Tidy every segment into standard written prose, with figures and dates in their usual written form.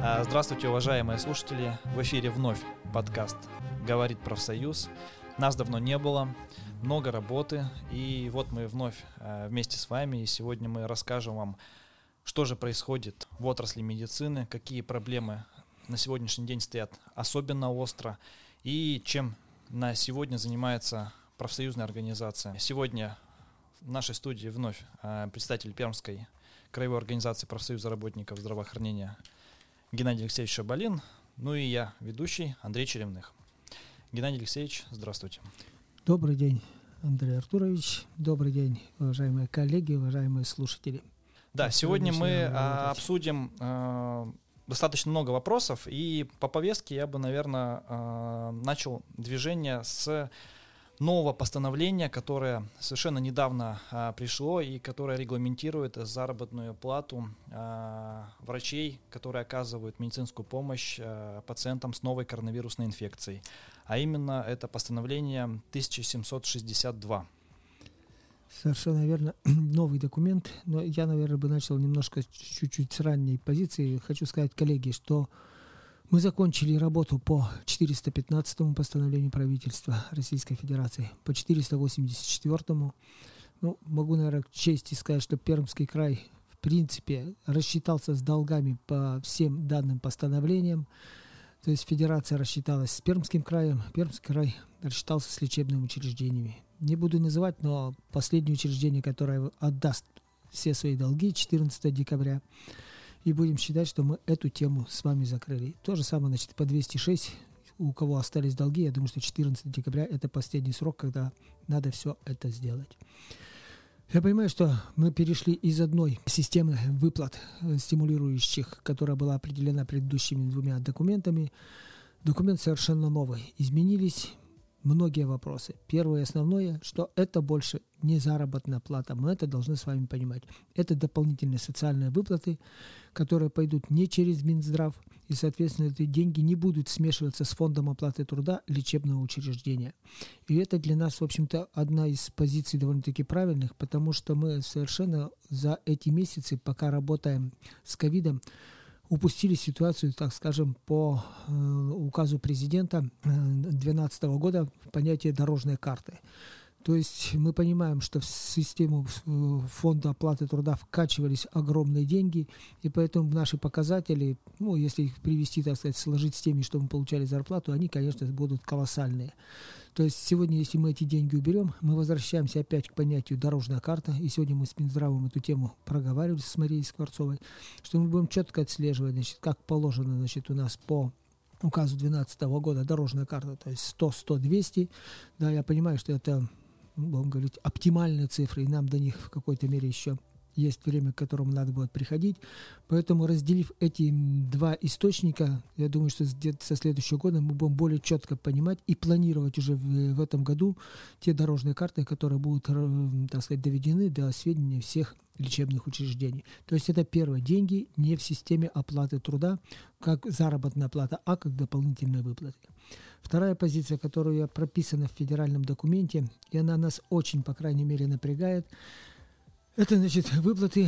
Здравствуйте, уважаемые слушатели! В эфире вновь подкаст «Говорит профсоюз». Нас давно не было, много работы, и вот мы вновь вместе с вами, и сегодня мы расскажем вам, что же происходит в отрасли медицины, какие проблемы на сегодняшний день стоят особенно остро, и чем на сегодня занимается профсоюзная организация. Сегодня в нашей студии вновь представитель Пермской краевой организации профсоюза работников здравоохранения Геннадий Алексеевич Шабалин, ну и я, ведущий Андрей Черемных. Геннадий Алексеевич, здравствуйте. Добрый день, Андрей Артурович. Добрый день, уважаемые коллеги, уважаемые слушатели. Да, сегодня мы обсудим достаточно много вопросов, и по повестке я бы, наверное, начал движение с нового постановления, которое совершенно недавно пришло и которое регламентирует заработную плату врачей, которые оказывают медицинскую помощь пациентам с новой коронавирусной инфекцией. А именно это постановление 1762. Совершенно верно. Новый документ, но я, наверное, бы начал немножко чуть-чуть с ранней позиции. Хочу сказать, коллеги, что мы закончили работу по 415-му постановлению правительства Российской Федерации, по 484-му. Ну, могу, наверное, к чести сказать, что Пермский край, в принципе, рассчитался с долгами по всем данным постановлениям. То есть Федерация рассчиталась с Пермским краем, Пермский край рассчитался с лечебными учреждениями. Не буду называть, но последнее учреждение, которое отдаст все свои долги, 14 декабря, и будем считать, что мы эту тему с вами закрыли. То же самое, значит, по 206, у кого остались долги, я думаю, что 14 декабря это последний срок, когда надо все это сделать. Я понимаю, что мы перешли из одной системы выплат стимулирующих, которая была определена предыдущими двумя документами. Документ совершенно новый. Изменились многие вопросы. Первое и основное, что это больше не заработная плата. Мы это должны с вами понимать. Это дополнительные социальные выплаты, которые пойдут не через Минздрав, и, соответственно, эти деньги не будут смешиваться с фондом оплаты труда лечебного учреждения. И это для нас, в общем-то, одна из позиций довольно-таки правильных, потому что мы совершенно за эти месяцы, пока работаем с ковидом, упустили ситуацию, так скажем, по указу президента 2012 года в понятие дорожной карты. То есть мы понимаем, что в систему фонда оплаты труда вкачивались огромные деньги, и поэтому наши показатели, ну, если их привести, так сказать, сложить с теми, что мы получали зарплату, они, конечно, будут колоссальные. То есть сегодня, если мы эти деньги уберем, мы возвращаемся опять к понятию дорожная карта, и сегодня мы с Минздравом эту тему проговаривали с Марией Скворцовой, что мы будем четко отслеживать, значит, как положено, значит, у нас по указу 2012 года дорожная карта, то есть 100, 100, 200. Да, я понимаю, что это, будем говорить, оптимальные цифры, и нам до них в какой-то мере еще есть время, к которому надо будет приходить. Поэтому, разделив эти два источника, я думаю, что где-то со следующего года мы будем более четко понимать и планировать уже в этом году те дорожные карты, которые будут, так сказать, доведены до сведения всех лечебных учреждений. То есть это первое. Деньги не в системе оплаты труда, как заработная плата, а как дополнительные выплаты. Вторая позиция, которая прописана в федеральном документе, и она нас очень, по крайней мере, напрягает, это, значит, выплаты,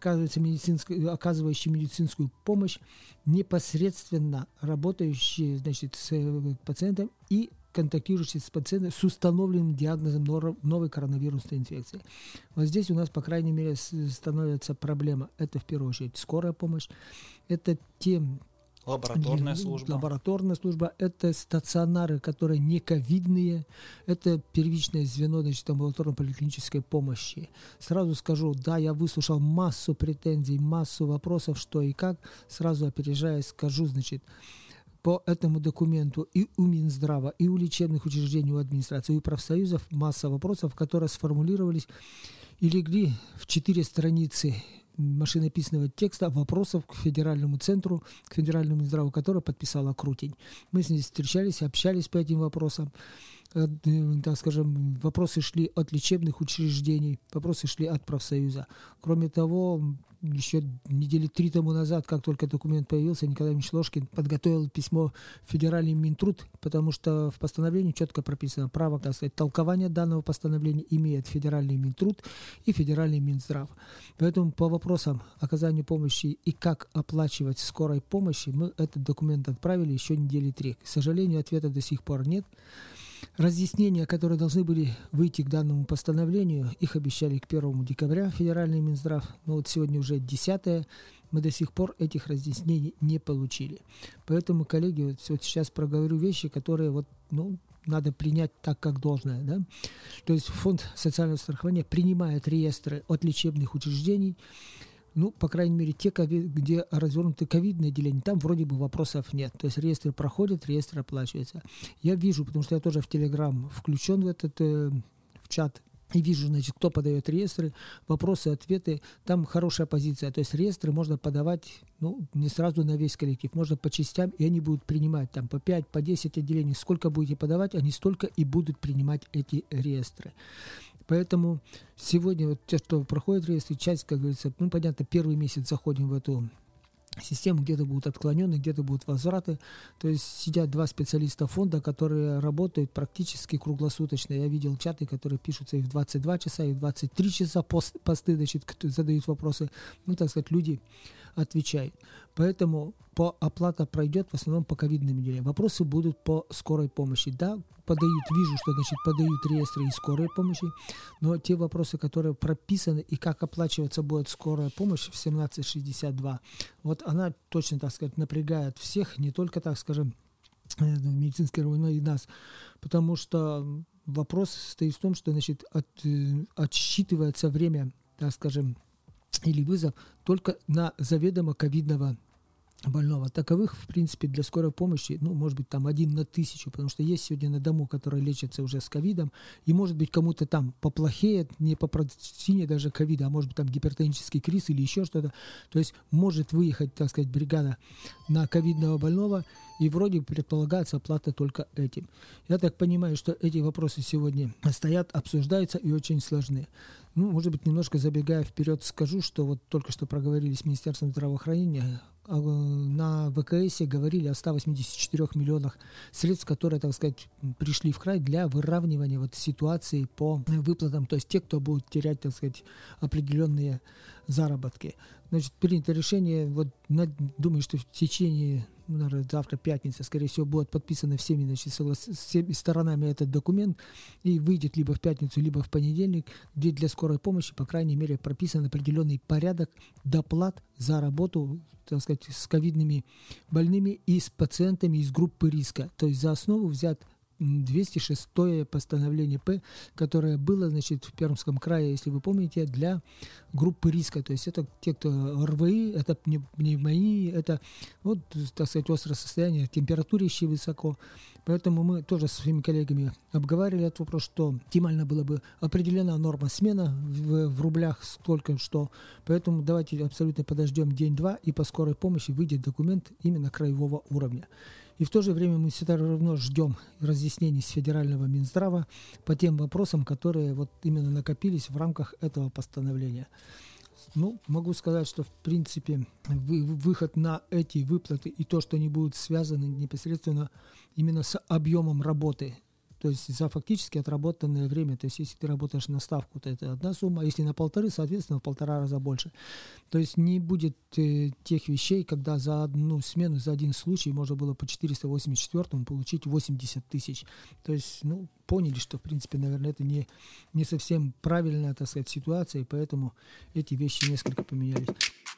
оказывающие медицинскую помощь, непосредственно работающие, значит, с пациентом и контактирующие с пациентом с установленным диагнозом новой коронавирусной инфекции. Вот здесь у нас, по крайней мере, становится проблема. Это, в первую очередь, скорая помощь. Это те... Лабораторная служба. Это стационары, которые не ковидные, это первичное звено, значит, амбулаторно-поликлинической помощи. Сразу скажу, да, я выслушал массу претензий, массу вопросов, что и как. Сразу опережая, скажу, значит, по этому документу и у Минздрава, и у лечебных учреждений, у администрации, и у профсоюзов масса вопросов, которые сформулировались и легли в 4 страницы машинописного текста вопросов к федеральному центру, к федеральному Минздраву, который подписала Крутень. Мы с ней встречались, общались по этим вопросам. так скажем, вопросы шли от лечебных учреждений, вопросы шли от профсоюза. Кроме того, еще недели 3 тому назад, как только документ появился, Николай Ильич Ложкин подготовил письмо в Федеральный Минтруд, потому что в постановлении четко прописано право, так сказать, толкования данного постановления имеет Федеральный Минтруд и Федеральный Минздрав. Поэтому по вопросам оказания помощи и как оплачивать скорой помощи мы этот документ отправили еще недели 3. К сожалению, ответа до сих пор нет. Разъяснения, которые должны были выйти к данному постановлению, их обещали к 1 декабря Федеральный Минздрав. Но вот сегодня уже 10-е, мы до сих пор этих разъяснений не получили. Поэтому, коллеги, вот сейчас проговорю вещи, которые надо принять так, как должное. Да? То есть Фонд социального страхования принимает реестры от лечебных учреждений, по крайней мере, те, где развернуты ковидные отделения, там вроде бы вопросов нет. То есть реестры проходят, реестры оплачиваются. Я вижу, потому что я тоже в Телеграм включен в этот в чат, и вижу, значит, кто подает реестры, вопросы, ответы. Там хорошая позиция. То есть реестры можно подавать, не сразу на весь коллектив, можно по частям, и они будут принимать там по 5, по 10 отделений. Сколько будете подавать, они столько и будут принимать эти реестры. Поэтому сегодня вот те, что проходят реестры, часть, как говорится, понятно, первый месяц заходим в эту систему, где-то будут отклоненные, где-то будут возвраты. То есть сидят 2 специалиста фонда, которые работают практически круглосуточно. Я видел чаты, которые пишутся и в 22 часа, и в 23 часа посты, значит, задают вопросы. Так сказать, люди отвечают. Поэтому оплата пройдет в основном по ковидным отделениям. Вопросы будут по скорой помощи. Да, вижу, что, значит, подают реестры и скорой помощи, но те вопросы, которые прописаны и как оплачиваться будет скорая помощь в 1762, вот она точно, так сказать, напрягает всех, не только, так скажем, медицинской равно и нас, потому что вопрос состоит в том, что, значит, отсчитывается время, так скажем, или вызов только на заведомо ковидного больного. Таковых, в принципе, для скорой помощи, может быть, там 1 на 1000, потому что есть сегодня на дому, которые лечатся уже с ковидом, и, может быть, кому-то там поплохеет, не по причине даже ковида, а может быть, там гипертонический криз или еще что-то. То есть может выехать, так сказать, бригада на ковидного больного, и вроде предполагается оплата только этим. Я так понимаю, что эти вопросы сегодня стоят, обсуждаются и очень сложны. Может быть, немножко забегая вперед, скажу, что вот только что проговорили с Министерством здравоохранения, на ВКС говорили о 184 миллионах средств, которые, так сказать, пришли в край для выравнивания ситуации по выплатам, то есть те, кто будет терять, так сказать, определенные заработки. Значит, принято решение, думаю, что в течение, наверное, завтра пятница, скорее всего, будет подписано всеми, значит, всеми сторонами этот документ и выйдет либо в пятницу, либо в понедельник, где для скорой помощи, по крайней мере, прописан определенный порядок доплат за работу, так сказать, с ковидными больными и с пациентами из группы риска. То есть за основу взят 206-е постановление П, которое было, значит, в Пермском крае, если вы помните, для группы риска. То есть это те, кто РВИ, это пневмонии, это, так сказать, острое состояние, температурящие высоко. Поэтому мы тоже со своими коллегами обговаривали этот вопрос, что оптимально было бы определена норма смена в рублях столько, что. Поэтому давайте абсолютно подождем день-два, и по скорой помощи выйдет документ именно краевого уровня. И в то же время мы все равно ждем разъяснений с Федерального Минздрава по тем вопросам, которые именно накопились в рамках этого постановления. Могу сказать, что в принципе выход на эти выплаты и то, что они будут связаны непосредственно именно с объемом работы, то есть за фактически отработанное время. То есть если ты работаешь на ставку, то это одна сумма, а если на 1,5, соответственно, в 1,5 раза больше. То есть не будет тех вещей, когда за одну смену, за один случай можно было по 484 получить 80 тысяч. То есть, поняли, что, в принципе, наверное, это не совсем правильная, так сказать, ситуация, и поэтому эти вещи несколько поменялись.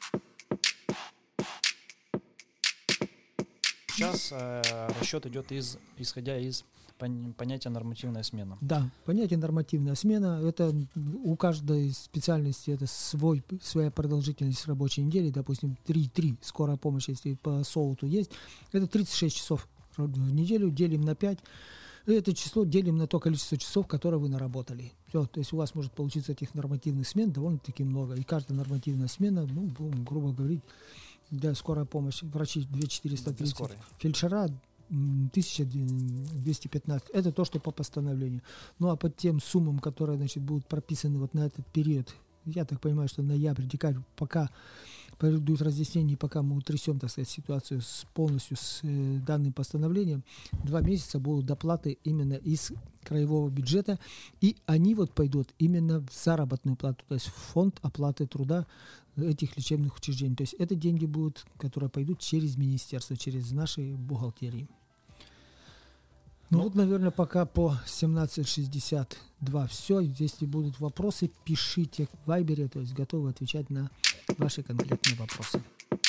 Сейчас расчет идет исходя из понятия нормативная смена. Да, понятие нормативная смена, это у каждой специальности это своя продолжительность рабочей недели, допустим, 3 скорая помощь, если по СОУТу есть, это 36 часов в неделю, делим на 5, и это число делим на то количество часов, которые вы наработали. Все, то есть у вас может получиться этих нормативных смен довольно-таки много, и каждая нормативная смена, будем грубо говорить, для скорой помощи, врачи 2430, фельдшера 1215. Это то, что по постановлению. Ну а по тем суммам, которые, значит, будут прописаны вот на этот период, я так понимаю, что ноябрь, декабрь, пока придут разъяснения, пока мы утрясем, так сказать, ситуацию полностью с данным постановлением, 2 месяца будут доплаты именно из краевого бюджета, и они вот пойдут именно в заработную плату, то есть в фонд оплаты труда этих лечебных учреждений. То есть это деньги будут, которые пойдут через министерство, через наши бухгалтерии. Ну вот, наверное, пока по 1762 все. Если будут вопросы, пишите в Вайбере, то есть готовы отвечать на ваши конкретные вопросы.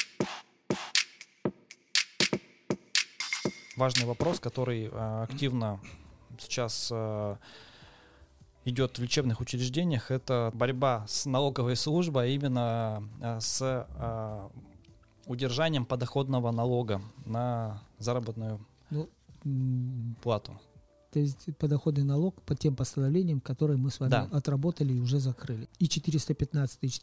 Важный вопрос, который активно сейчас идет в лечебных учреждениях, это борьба с налоговой службой, а именно с удержанием подоходного налога на заработную плату. То есть подоходный налог по тем постановлениям, которые мы с вами отработали и уже закрыли. И 415, и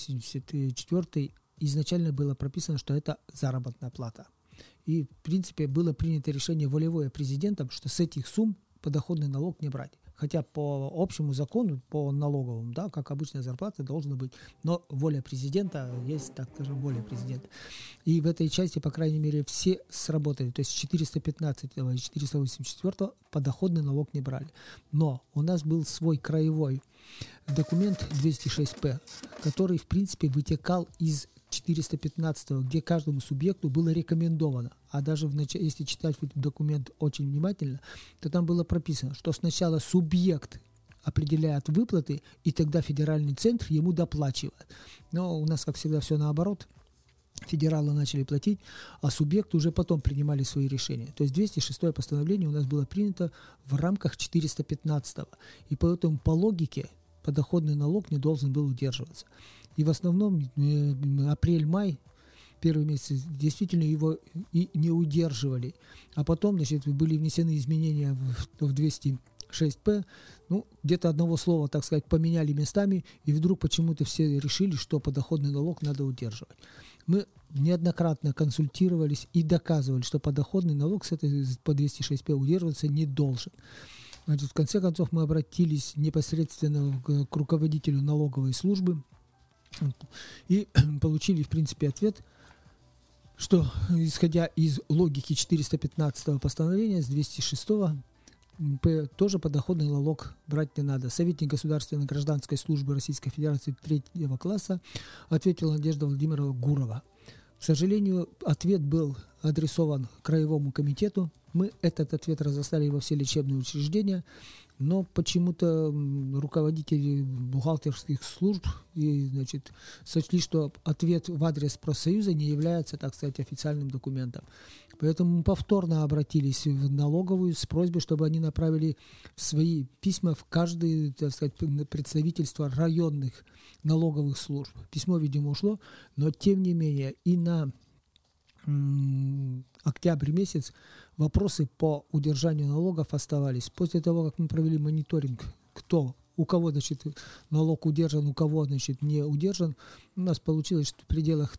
484 изначально было прописано, что это заработная плата. И, в принципе, было принято решение волевое президентом, что с этих сумм подоходный налог не брать. Хотя по общему закону, по налоговому, да, как обычная зарплата должна быть. Но воля президента есть, так скажем, воля президента. И в этой части, по крайней мере, все сработали. То есть 415 и 484 подоходный налог не брали. Но у нас был свой краевой документ 206П, который, в принципе, вытекал из 415, где каждому субъекту было рекомендовано, а даже если читать этот документ очень внимательно, то там было прописано, что сначала субъект определяет выплаты, и тогда федеральный центр ему доплачивает. Но у нас, как всегда, все наоборот. Федералы начали платить, а субъекты уже потом принимали свои решения. То есть 206 постановление у нас было принято в рамках 415. И поэтому по логике подоходный налог не должен был удерживаться. И в основном апрель-май, первый месяц, действительно его и не удерживали. А потом, значит, были внесены изменения в 206П, ну, где-то одного слова, так сказать, поменяли местами, и вдруг почему-то все решили, что подоходный налог надо удерживать. Мы неоднократно консультировались и доказывали, что подоходный налог по 206П удерживаться не должен. Значит, в конце концов, мы обратились непосредственно к руководителю налоговой службы и получили, в принципе, ответ, что, исходя из логики 415 постановления, с 206 тоже подоходный налог брать не надо. Советник Государственной гражданской службы Российской Федерации 3 класса ответила Надежда Владимировна Гурова. К сожалению, ответ был адресован Краевому комитету. Мы этот ответ разослали во все лечебные учреждения, но почему-то руководители бухгалтерских служб значит, сочли, что ответ в адрес профсоюза не является, так сказать, официальным документом. Поэтому мы повторно обратились в налоговую с просьбой, чтобы они направили свои письма в каждое, так сказать, представительство районных налоговых служб. Письмо, видимо, ушло, но тем не менее и на октябрь месяц вопросы по удержанию налогов оставались. После того, как мы провели мониторинг, у кого, значит, налог удержан, у кого, значит, не удержан, у нас получилось, что в пределах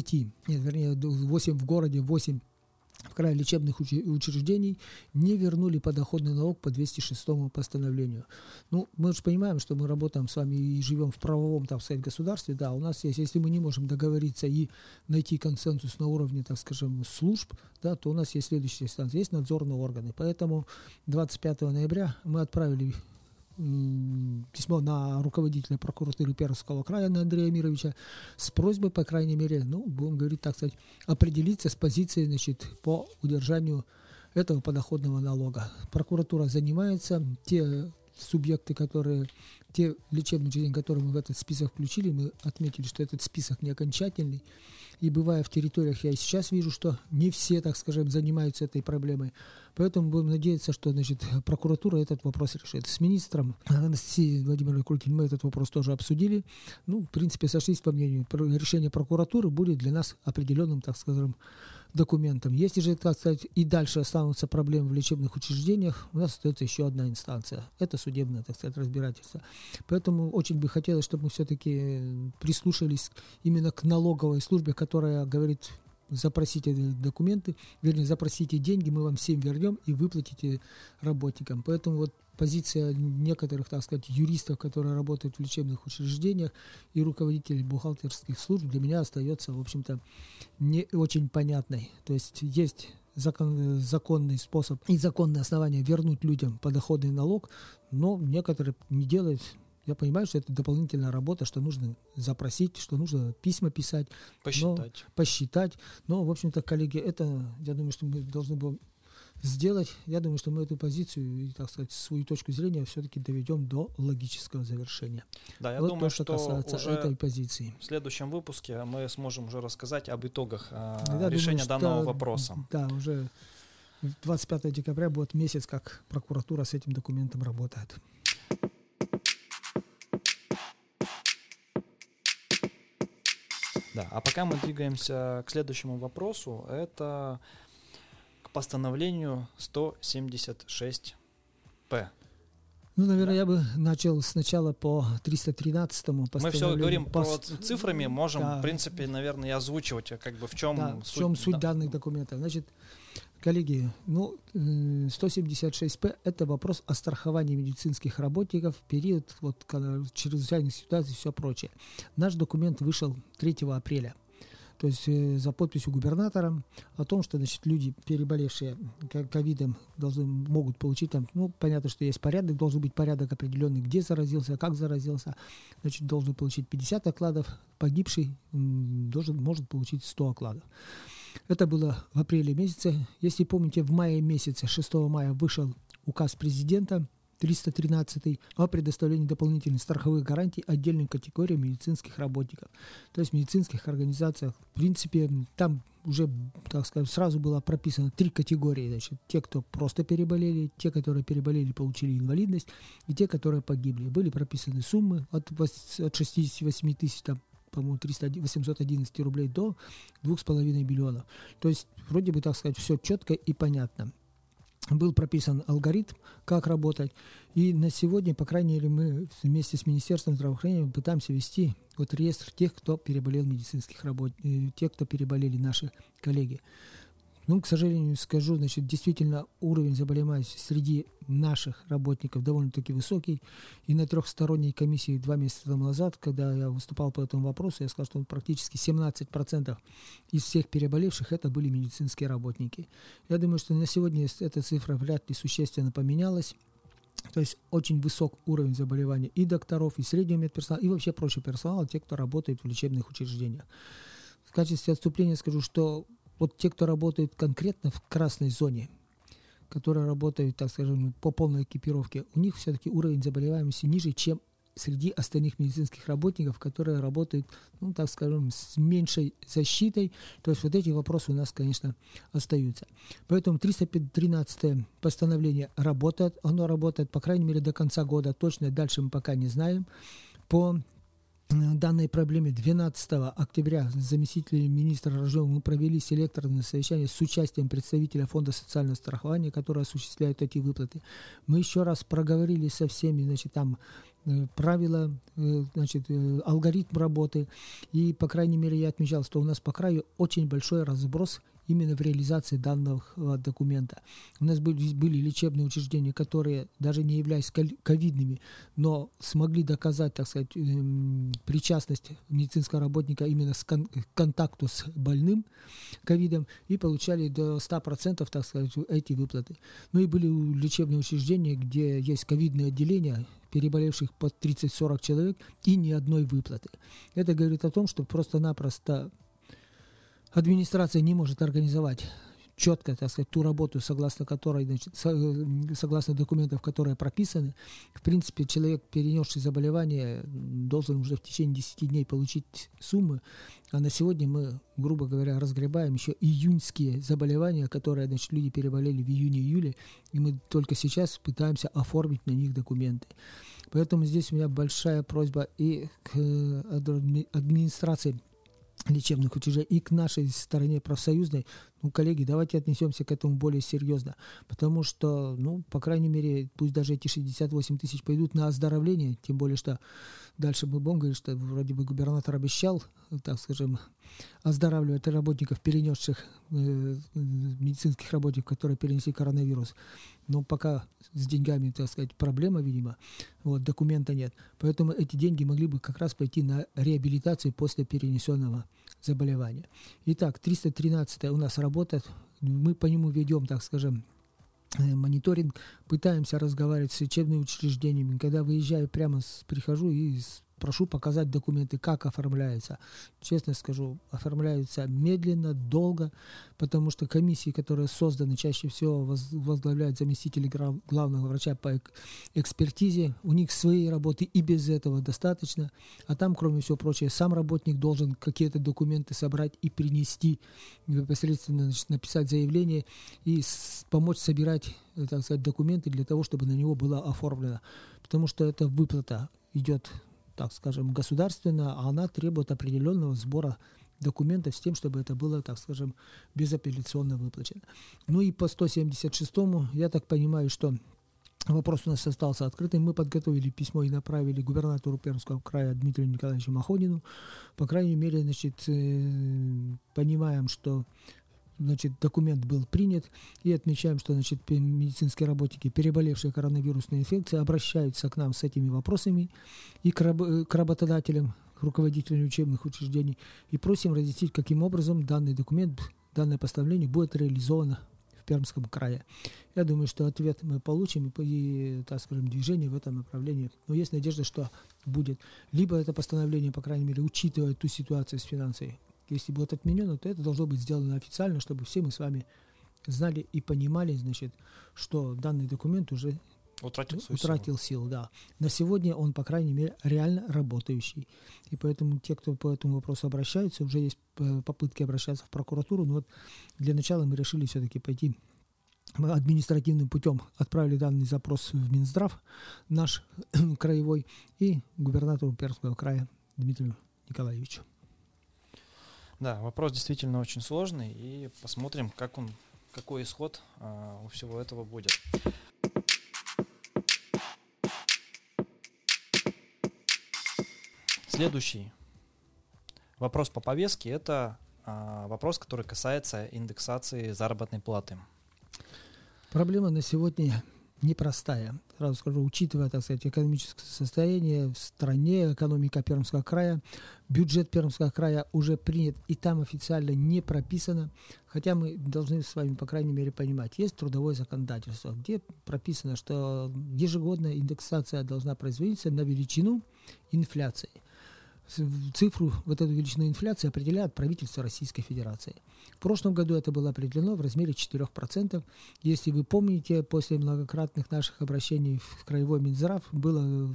8 в городе, 8 в крае лечебных учреждений не вернули подоходный налог по 206 постановлению. Ну, мы же понимаем, что мы работаем с вами и живем в правовом, так сказать, государстве. Да, у нас есть, если мы не можем договориться и найти консенсус на уровне, так скажем, служб, да, то у нас есть следующая инстанция, есть надзорные органы. Поэтому 25 ноября мы отправили письмо на руководителя прокуратуры Пермского края, на Андрея Мировича, с просьбой, по крайней мере, ну, будем говорить, так сказать, определиться с позицией, значит, по удержанию этого подоходного налога. Прокуратура занимается, те субъекты, те лечебные учреждения, которые мы в этот список включили, мы отметили, что этот список не окончательный. И бывая в территориях, я и сейчас вижу, что не все, так скажем, занимаются этой проблемой. Поэтому будем надеяться, что, значит, прокуратура этот вопрос решит. С министром Анастасией Владимировной Крутин мы этот вопрос тоже обсудили. Ну, в принципе, сошлись по мнению. Решение прокуратуры будет для нас определенным, так скажем, документом. Если же, так сказать, и дальше останутся проблемы в лечебных учреждениях, у нас остается еще одна инстанция. Это судебное, так сказать, разбирательство. Поэтому очень бы хотелось, чтобы мы все-таки прислушались именно к налоговой службе, которая говорит запросите документы, вернее, запросите деньги, мы вам всем вернем и выплатите работникам. Поэтому вот позиция некоторых, так сказать, юристов, которые работают в лечебных учреждениях, и руководителей бухгалтерских служб для меня остается, в общем-то, не очень понятной. То есть законный способ и законное основание вернуть людям подоходный налог, но некоторые не делают. Я понимаю, что это дополнительная работа, что нужно запросить, что нужно письма писать, посчитать. Но, в общем-то, коллеги, это, я думаю, что мы должны будем сделать. Я думаю, что мы эту позицию, так сказать, свою точку зрения все-таки доведем до логического завершения. Да, я вот думаю, то, что касается уже этой позиции. В следующем выпуске мы сможем уже рассказать об итогах Я решения думаю, данного вопроса. Да, уже 25 декабря будет месяц, как прокуратура с этим документом работает. Да, а пока мы двигаемся к следующему вопросу, это к постановлению 176-П. Ну, наверное, я бы начал сначала по 313-му постановлению. Мы все говорим про цифрами, можем, да, в принципе, наверное, и озвучивать, как бы в чем суть данных документов. Значит, коллеги, 176-П – это вопрос о страховании медицинских работников в период чрезвычайных ситуаций и все прочее. Наш документ вышел 3 апреля. То есть за подписью губернатора о том, что, значит, люди, переболевшие ковидом, могут получить там, понятно, что есть порядок, должен быть порядок определенный, где заразился, как заразился, значит, должен получить 50 окладов, погибший может получить 100 окладов. Это было в апреле месяце. Если помните, в мае месяце, 6 мая, вышел указ президента 313 о предоставлении дополнительных страховых гарантий отдельным категориям медицинских работников. То есть в медицинских организациях, в принципе, там уже, так сказать, сразу было прописано 3 категории. Значит, те, кто просто переболели, те, которые переболели, получили инвалидность, и те, которые погибли. Были прописаны суммы от 68 тысяч, по-моему, 811 рублей до 2,5 миллионов. То есть, вроде бы, так сказать, все четко и понятно. Был прописан алгоритм, как работать. И на сегодня, по крайней мере, мы вместе с Министерством здравоохранения пытаемся вести реестр тех, кто переболел медицинских работников, тех, кто переболели наши коллеги. К сожалению, скажу, значит, действительно уровень заболеваемости среди наших работников довольно-таки высокий. И на трехсторонней комиссии 2 месяца тому назад, когда я выступал по этому вопросу, я сказал, что практически 17% из всех переболевших это были медицинские работники. Я думаю, что на сегодня эта цифра вряд ли существенно поменялась. То есть очень высок уровень заболевания и докторов, и среднего медперсонала, и вообще прочего персонала, те, кто работает в лечебных учреждениях. В качестве отступления скажу, что вот те, кто работает конкретно в красной зоне, которые работают, так скажем, по полной экипировке, у них все-таки уровень заболеваемости ниже, чем среди остальных медицинских работников, которые работают, так скажем, с меньшей защитой. То есть вот эти вопросы у нас, конечно, остаются. Поэтому 313 постановление работает. Оно работает, по крайней мере, до конца года. Точно дальше мы пока не знаем. По данной проблеме 12 октября заместители министра Рожева мы провели селекторное совещание с участием представителя Фонда социального страхования, который осуществляет эти выплаты. Мы еще раз проговорили со всеми, значит, там правила, значит, алгоритм работы. И, по крайней мере, я отмечал, что у нас по краю очень большой разброс именно в реализации данного документа. У нас были лечебные учреждения, которые, даже не являясь ковидными, но смогли доказать, так сказать, причастность медицинского работника именно к контакту с больным ковидом и получали до 100%, так сказать, эти выплаты. И были лечебные учреждения, где есть ковидные отделения, переболевших под 30-40 человек, и ни одной выплаты. Это говорит о том, что просто-напросто администрация не может организовать четко, так сказать, ту работу, согласно которой, значит, согласно документов, которые прописаны. В принципе, человек, перенесший заболевание, должен уже в течение 10 дней получить суммы. А на сегодня мы, грубо говоря, разгребаем еще июньские заболевания, которые, значит, люди переболели в июне-июле, и мы только сейчас пытаемся оформить на них документы. Поэтому здесь у меня большая просьба и к администрации лечебных учреждений, и к нашей стороне профсоюзной, коллеги, давайте отнесемся к этому более серьезно, потому что, по крайней мере, пусть даже эти 68 тысяч пойдут на оздоровление, тем более, что дальше мы будем говорить, что вроде бы губернатор обещал, так скажем, оздоравливать работников, перенесших, медицинских работников, которые перенесли коронавирус. Но пока с деньгами, так сказать, проблема, видимо, документа нет. Поэтому эти деньги могли бы как раз пойти на реабилитацию после перенесенного заболевания. Итак, 313 у нас работает. Мы по нему ведем, так скажем, мониторинг, пытаемся разговаривать с лечебными учреждениями. Когда выезжаю, прихожу и прошу показать документы, как оформляется. Честно скажу, оформляются медленно, долго, потому что комиссии, которые созданы, чаще всего возглавляют заместители главного врача по экспертизе. У них своей работы и без этого достаточно. А там, кроме всего прочего, сам работник должен какие-то документы собрать и принести, непосредственно написать заявление и помочь собирать, так сказать, документы для того, чтобы на него было оформлено. Потому что эта выплата идет, так скажем, государственно, а она требует определенного сбора документов с тем, чтобы это было, так скажем, безапелляционно выплачено. И по 176-му, я так понимаю, что вопрос у нас остался открытым. Мы подготовили письмо и направили губернатору Пермского края Дмитрию Николаевичу Махонину. По крайней мере, понимаем, что документ был принят, и отмечаем, что медицинские работники, переболевшие коронавирусной инфекцией, обращаются к нам с этими вопросами и к работодателям, к руководителям учебных учреждений, и просим разъяснить, каким образом данный документ, данное постановление будет реализовано в Пермском крае. Я думаю, что ответ мы получим и, так скажем, движение в этом направлении. Но есть надежда, что будет. Либо это постановление, по крайней мере, учитывает ту ситуацию с финансами. Если будет отменено, то это должно быть сделано официально, чтобы все мы с вами знали и понимали, что данный документ уже утратил силу. Да. На сегодня он, по крайней мере, реально работающий. И поэтому те, кто по этому вопросу обращаются, уже есть попытки обращаться в прокуратуру. Но для начала мы решили все-таки пойти административным путем. Отправили данный запрос в Минздрав, наш краевой, и губернатору Пермского края Дмитрию Николаевичу. Да, вопрос действительно очень сложный, и посмотрим, какой исход у всего этого будет. Следующий вопрос по повестке – это вопрос, который касается индексации заработной платы. Проблема на сегодня непростая. Сразу скажу, учитывая, так сказать, экономическое состояние в стране, экономика Пермского края, бюджет Пермского края уже принят, и там официально не прописано, хотя мы должны с вами, по крайней мере, понимать, есть трудовое законодательство, где прописано, что ежегодная индексация должна производиться на величину инфляции. Цифру, эту величину инфляции определяет правительство Российской Федерации. В прошлом году это было определено в размере 4%. Если вы помните, после многократных наших обращений в краевой Минздрав было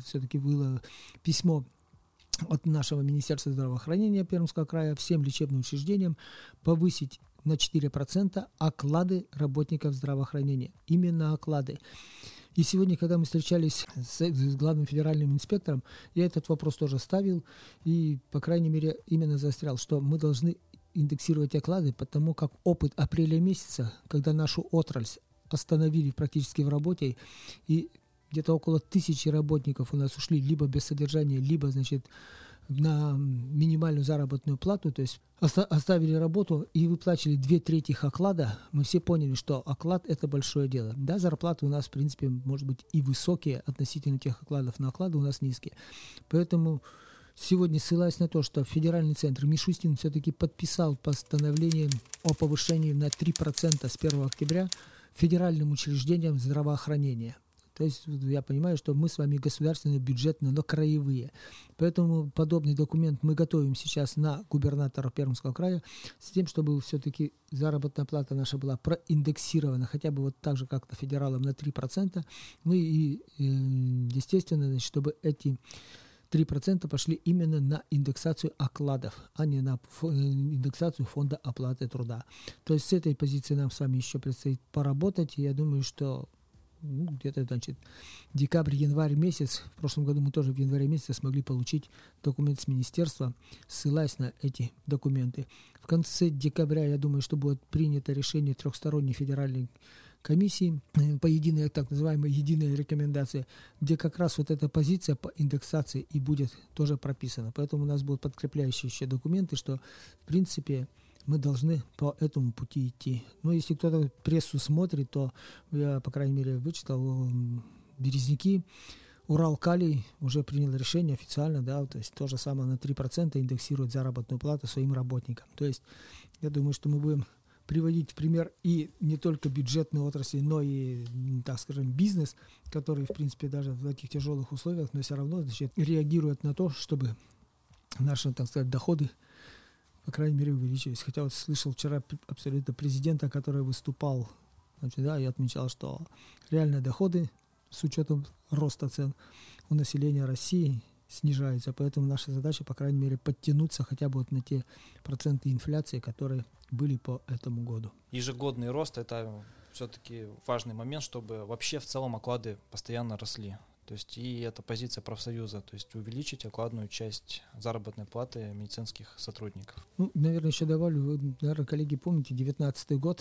письмо от нашего Министерства здравоохранения Пермского края всем лечебным учреждениям повысить на 4% оклады работников здравоохранения. Именно оклады. И сегодня, когда мы встречались с главным федеральным инспектором, я этот вопрос тоже ставил и, по крайней мере, именно заострял, что мы должны индексировать оклады, потому как опыт апреля месяца, когда нашу отрасль остановили практически в работе, и где-то около 1000 работников у нас ушли либо без содержания, либо, на минимальную заработную плату, то есть оставили работу и выплачивали 2/3 оклада, мы все поняли, что оклад – это большое дело. Да, зарплаты у нас, в принципе, может быть и высокие относительно тех окладов, но оклады у нас низкие. Поэтому сегодня, ссылаясь на то, что федеральный центр Мишустин все-таки подписал постановление о повышении на 3% с 1 октября федеральным учреждениям здравоохранения. То есть я понимаю, что мы с вами государственные, бюджетные, но краевые. Поэтому подобный документ мы готовим сейчас на губернатора Пермского края с тем, чтобы все-таки заработная плата наша была проиндексирована, хотя бы так же, как на федералам, на 3%. Естественно, чтобы эти 3% пошли именно на индексацию окладов, а не на индексацию фонда оплаты труда. То есть с этой позиции нам с вами еще предстоит поработать, и я думаю, что где-то, значит, декабрь-январь месяц. В прошлом году мы тоже в январе месяце смогли получить документ с министерства, ссылаясь на эти документы. В конце декабря, я думаю, что будет принято решение трехсторонней федеральной комиссии по единой, так называемой единой рекомендации, где как раз вот эта позиция по индексации и будет тоже прописана. Поэтому у нас будут подкрепляющие еще документы, что в принципе мы должны по этому пути идти. Но если кто-то прессу смотрит, то я, по крайней мере, вычитал Березники, Уралкалий уже принял решение официально, да, то есть то же самое на 3% индексирует заработную плату своим работникам. То есть я думаю, что мы будем приводить в пример и не только бюджетные отрасли, но и, так скажем, бизнес, который, в принципе, даже в таких тяжелых условиях, но все равно, значит, реагирует на то, чтобы наши, так сказать, доходы, по крайней мере, увеличились. Хотя вот слышал вчера абсолютно президента, который выступал, значит, да, и отмечал, что реальные доходы с учетом роста цен у населения России снижаются. Поэтому наша задача, по крайней мере, подтянуться хотя бы вот на те проценты инфляции, которые были по этому году. Ежегодный рост – это все-таки важный момент, чтобы вообще в целом оклады постоянно росли. То есть и это позиция профсоюза, то есть увеличить окладную часть заработной платы медицинских сотрудников. Ну, наверное, еще добавлю, вы, наверное, коллеги, помните, 2019 год,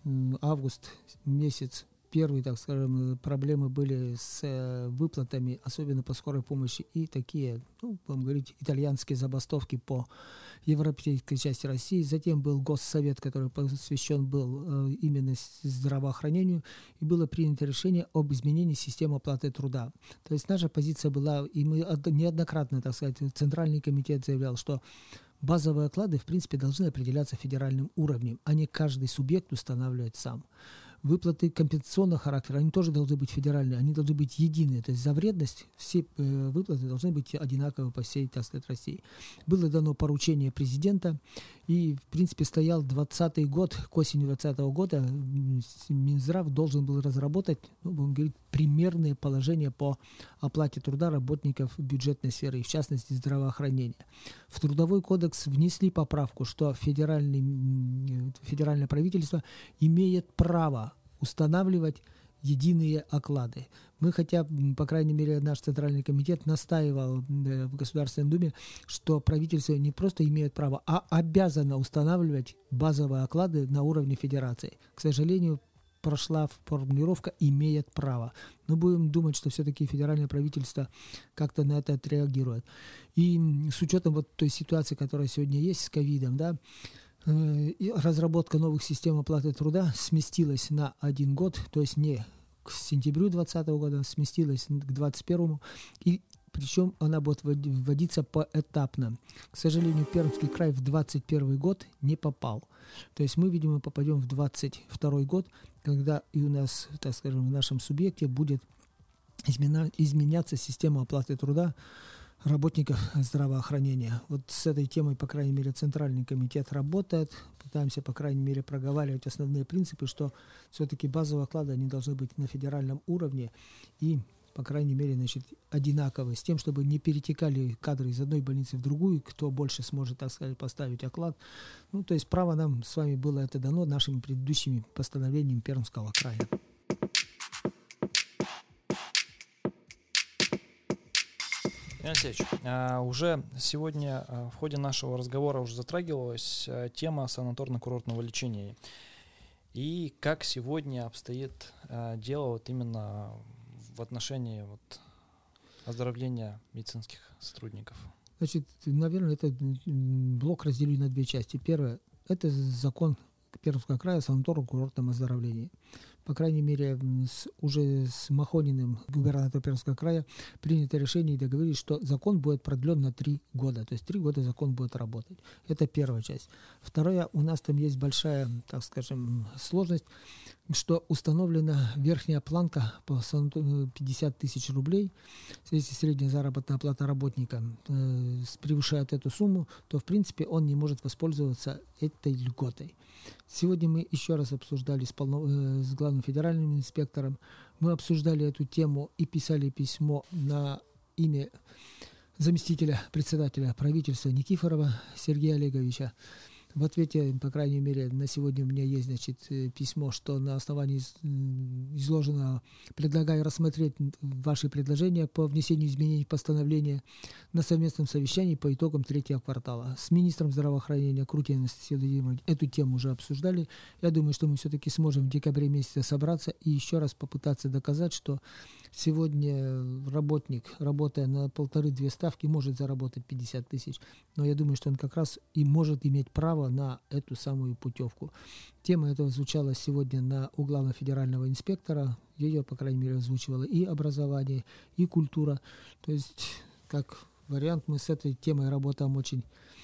август месяц, первые, так скажем, проблемы были с выплатами, особенно по скорой помощи, и такие, ну, будем говорить, итальянские забастовки по европейской части России. Затем был Госсовет, который посвящен был именно здравоохранению, и было принято решение об изменении системы оплаты труда. То есть наша позиция была, и мы неоднократно, так сказать, Центральный комитет заявлял, что базовые оклады, в принципе, должны определяться федеральным уровнем, а не каждый субъект устанавливать сам. Выплаты компенсационного характера, они тоже должны быть федеральные, они должны быть единые. То есть за вредность все выплаты должны быть одинаковы по всей, так сказать, России. Было дано поручение президента, и, в принципе, стоял 2020 год, к осени 2020 года Минздрав должен был разработать, ну, будем говорить, примерные положения по оплате труда работников бюджетной сферы, и в частности здравоохранения. В Трудовой кодекс внесли поправку, что федеральное правительство имеет право устанавливать единые оклады. Мы, хотя, по крайней мере, наш Центральный комитет настаивал в Государственной Думе, что правительство не просто имеет право, а обязано устанавливать базовые оклады на уровне федерации. К сожалению, прошла формулировка «имеет право». Но будем думать, что все-таки федеральное правительство как-то на это отреагирует. И с учетом вот той ситуации, которая сегодня есть с ковидом, да, и разработка новых систем оплаты труда сместилась на 1 год, то есть не к сентябрю 2020 года, сместилась к 2021, и причем она будет вводиться поэтапно. К сожалению, Пермский край в 2021 год не попал. То есть мы, видимо, попадем в 2022 год, когда и у нас, так скажем, в нашем субъекте будет изменяться система оплаты труда работников здравоохранения. Вот с этой темой, по крайней мере, Центральный комитет работает. Пытаемся, по крайней мере, проговаривать основные принципы, что все-таки базовые оклады, они должны быть на федеральном уровне и, по крайней мере, значит, одинаковые, с тем, чтобы не перетекали кадры из одной больницы в другую, кто больше сможет, так сказать, поставить оклад. Ну, то есть право нам с вами было это дано нашими предыдущими постановлениями Пермского края. Алексей Алексеевич, уже сегодня в ходе нашего разговора уже затрагивалась тема санаторно-курортного лечения. И как сегодня обстоит дело вот именно в отношении вот оздоровления медицинских сотрудников? Значит, наверное, этот блок разделю на 2 части. Первое – это закон Пермского края о санаторно-курортном оздоровлении. По крайней мере, уже с Махониным, губернатором Пермского края, принято решение и договорились, что закон будет продлен на 3 года. То есть 3 года закон будет работать. Это первая часть. Вторая, у нас там есть большая, так скажем, сложность, что установлена верхняя планка по 50 тысяч рублей. Если средняя заработная плата работника превышает эту сумму, то, в принципе, он не может воспользоваться этой льготой. Сегодня мы еще раз обсуждали с главным федеральным инспектором. Мы обсуждали эту тему и писали письмо на имя заместителя председателя правительства Никифорова Сергея Олеговича. В ответе, по крайней мере, на сегодня у меня есть, письмо, что на основании изложенного предлагаю рассмотреть ваши предложения по внесению изменений в постановление на совместном совещании по итогам третьего квартала. С министром здравоохранения Крутиной Анастасией Владимировной эту тему уже обсуждали. Я думаю, что мы все-таки сможем в декабре месяце собраться и еще раз попытаться доказать, что сегодня работник, работая на 1,5-2 ставки, может заработать 50 тысяч. Но я думаю, что он как раз и может иметь право на эту самую путевку. Тема этого звучала сегодня у главного федерального инспектора. Ее, по крайней мере, озвучивала и образование, и культура. То есть, как вариант, мы с этой темой работаем очень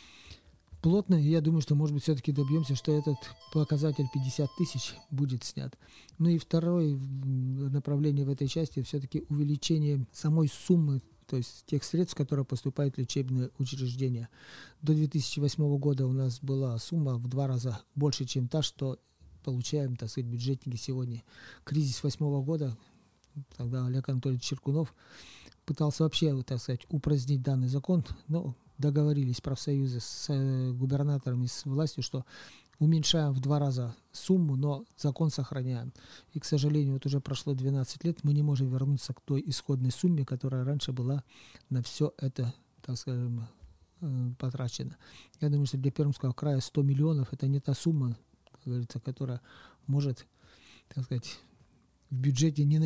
плотно. И я думаю, что, может быть, все-таки добьемся, что этот показатель 50 тысяч будет снят. Ну и второе направление в этой части все-таки увеличение самой суммы, то есть тех средств, которые поступают в лечебные учреждения. До 2008 года у нас была сумма в 2 раза больше, чем та, что получаем, так сказать, бюджетники сегодня. Кризис 2008 года, тогда Олег Анатольевич Черкунов пытался вообще, так сказать, упразднить данный закон, но договорились профсоюзы с губернатором и с властью, что уменьшаем в 2 раза сумму, но закон сохраняем. И, к сожалению, вот уже прошло 12 лет, мы не можем вернуться к той исходной сумме, которая раньше была на все это, так скажем, потрачено. Я думаю, что для Пермского края 100 миллионов – это не та сумма, как говорится, которая может, так сказать, в бюджете не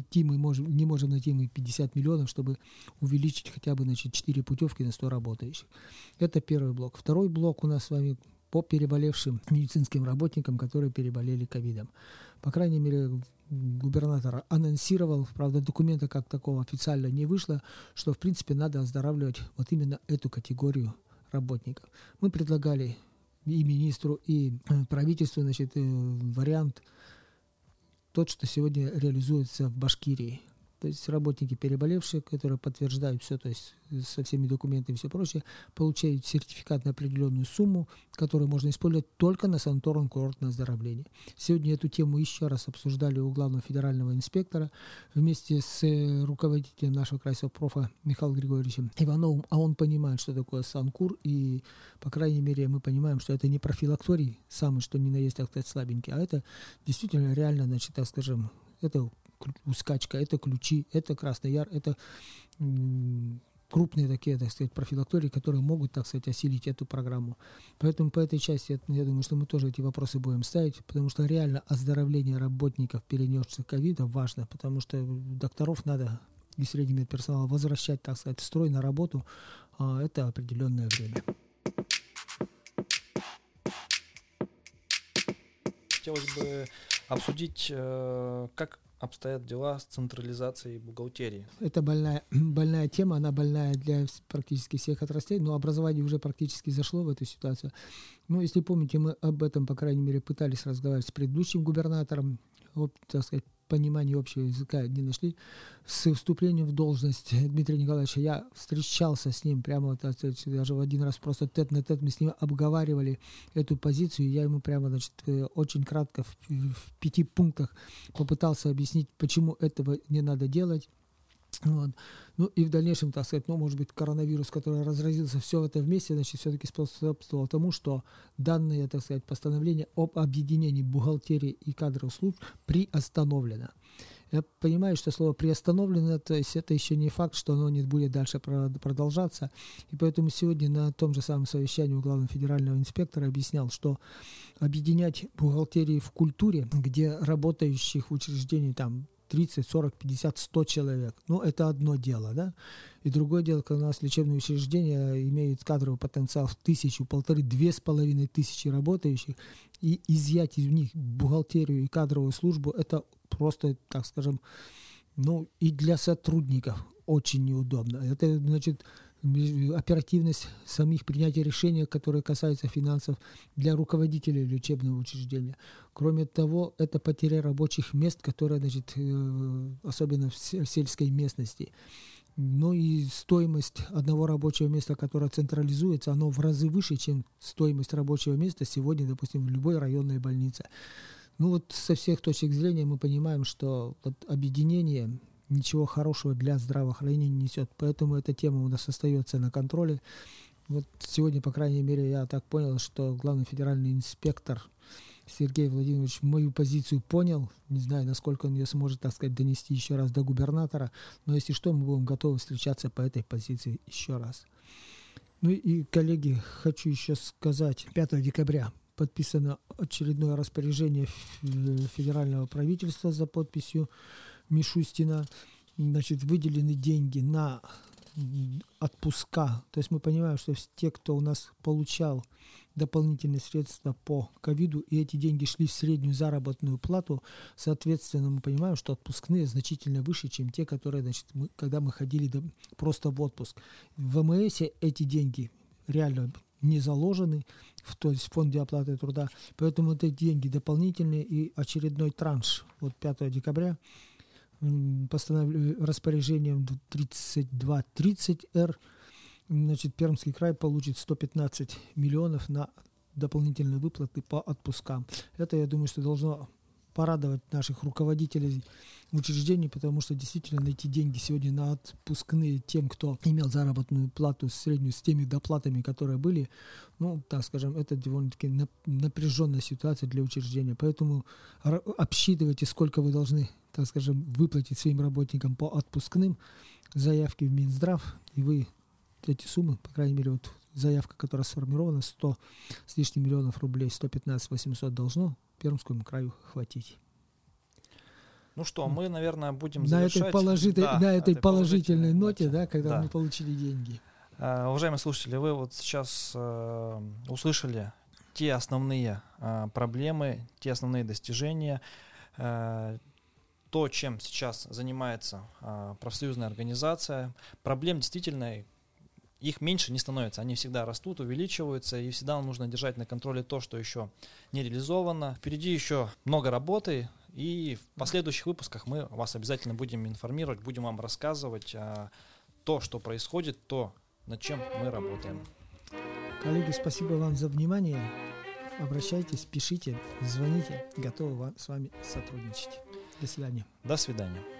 можем найти мы 50 миллионов, чтобы увеличить хотя бы 4 путевки на 100 работающих. Это первый блок. Второй блок у нас с вами по переболевшим медицинским работникам, которые переболели ковидом. По крайней мере, губернатор анонсировал, правда, документа как такого официально не вышло, что, в принципе, надо оздоравливать вот именно эту категорию работников. Мы предлагали и министру, и правительству, вариант тот, что сегодня реализуется в Башкирии. То есть работники переболевшие, которые подтверждают все, то есть со всеми документами и все прочее, получают сертификат на определенную сумму, которую можно использовать только на санаторно-курортное оздоровление. Сегодня эту тему еще раз обсуждали у главного федерального инспектора вместе с руководителем нашего крайского профа Михаилом Григорьевичем Ивановым, а он понимает, что такое санкур, и, по крайней мере, мы понимаем, что это не профилакторий, самый что ни на есть, так сказать, слабенький, а это действительно реально, так скажем, это Ускачка, это Ключи, это Красный Яр, это крупные такие, так сказать, профилактории, которые могут, так сказать, осилить эту программу. Поэтому по этой части, я думаю, что мы тоже эти вопросы будем ставить, потому что реально оздоровление работников, перенесших ковида, важно, потому что докторов надо и средний медперсонал возвращать, так сказать, в строй на работу, а это определенное время. Хотелось бы обсудить, как обстоят дела с централизацией бухгалтерии. Это больная тема, она больная для практически всех отраслей, но образование уже практически зашло в эту ситуацию. Ну, если помните, мы об этом, по крайней мере, пытались разговаривать с предыдущим губернатором, так сказать, понимания общего языка не нашли. С вступлением в должность Дмитрия Николаевича я встречался с ним прямо, так сказать, даже в один раз просто тет-на-тет мы с ним обговаривали эту позицию, и я ему прямо, очень кратко в 5 пунктах попытался объяснить, почему этого не надо делать. Вот. Ну и в дальнейшем, так сказать, может быть, коронавирус, который разразился, все это вместе, все-таки способствовало тому, что данное, так сказать, постановление об объединении бухгалтерии и кадровых служб приостановлено. Я понимаю, что слово «приостановлено», то есть это еще не факт, что оно не будет дальше продолжаться. И поэтому сегодня на том же самом совещании у главного федерального инспектора объяснял, что объединять бухгалтерии в культуре, где работающих в учреждении там 30, 40, 50, 100 человек. Ну, это одно дело, да? И другое дело, когда у нас лечебные учреждения имеют кадровый потенциал в 1000, 1500, 2500 работающих, и изъять из них бухгалтерию и кадровую службу, это просто, так скажем, и для сотрудников очень неудобно. Это, оперативность самих принятия решений, которые касаются финансов для руководителей лечебного учреждения. Кроме того, это потеря рабочих мест, которые, особенно в сельской местности. Ну и стоимость одного рабочего места, которое централизуется, оно в разы выше, чем стоимость рабочего места сегодня, допустим, в любой районной больнице. Со всех точек зрения мы понимаем, что объединение ничего хорошего для здравоохранения не несет. Поэтому эта тема у нас остается на контроле. Вот сегодня, по крайней мере, я так понял, что главный федеральный инспектор Сергей Владимирович мою позицию понял. Не знаю, насколько он ее сможет, так сказать, донести еще раз до губернатора. Но если что, мы будем готовы встречаться по этой позиции еще раз. Ну и, коллеги, хочу еще сказать, 5 декабря подписано очередное распоряжение федерального правительства за подписью Мишустина. Значит, выделены деньги на отпуска. То есть мы понимаем, что те, кто у нас получал дополнительные средства по ковиду, и эти деньги шли в среднюю заработную плату, соответственно, мы понимаем, что отпускные значительно выше, чем те, которые, значит, когда мы ходили просто в отпуск. В ВМС эти деньги реально не заложены, то есть в фонде оплаты труда, поэтому это деньги дополнительные, и очередной транш от 5 декабря распоряжением 3230-Р, значит, Пермский край получит 115 миллионов на дополнительные выплаты по отпускам. Это, я думаю, что должно порадовать наших руководителей учреждений, потому что действительно найти деньги сегодня на отпускные тем, кто имел заработную плату среднюю с теми доплатами, которые были, ну, так скажем, это довольно-таки напряженная ситуация для учреждения. Поэтому обсчитывайте, сколько вы должны, так скажем, выплатить своим работникам по отпускным, заявки в Минздрав, и вы эти суммы, по крайней мере, вот заявка, которая сформирована, 100 с лишним миллионов рублей, 115 800 должно Пермскому краю хватить. Ну что, мы, наверное, будем на завершать. На этой положительной ноте, да, когда мы получили деньги. Уважаемые слушатели, вы вот сейчас услышали те основные проблемы, те основные достижения, то, чем сейчас занимается профсоюзная организация. Проблем действительно их меньше не становится, они всегда растут, увеличиваются, и всегда нужно держать на контроле то, что еще не реализовано. Впереди еще много работы, и в последующих выпусках мы вас обязательно будем информировать, будем вам рассказывать то, что происходит, то, над чем мы работаем. Коллеги, спасибо вам за внимание. Обращайтесь, пишите, звоните, готовы с вами сотрудничать. До свидания. До свидания.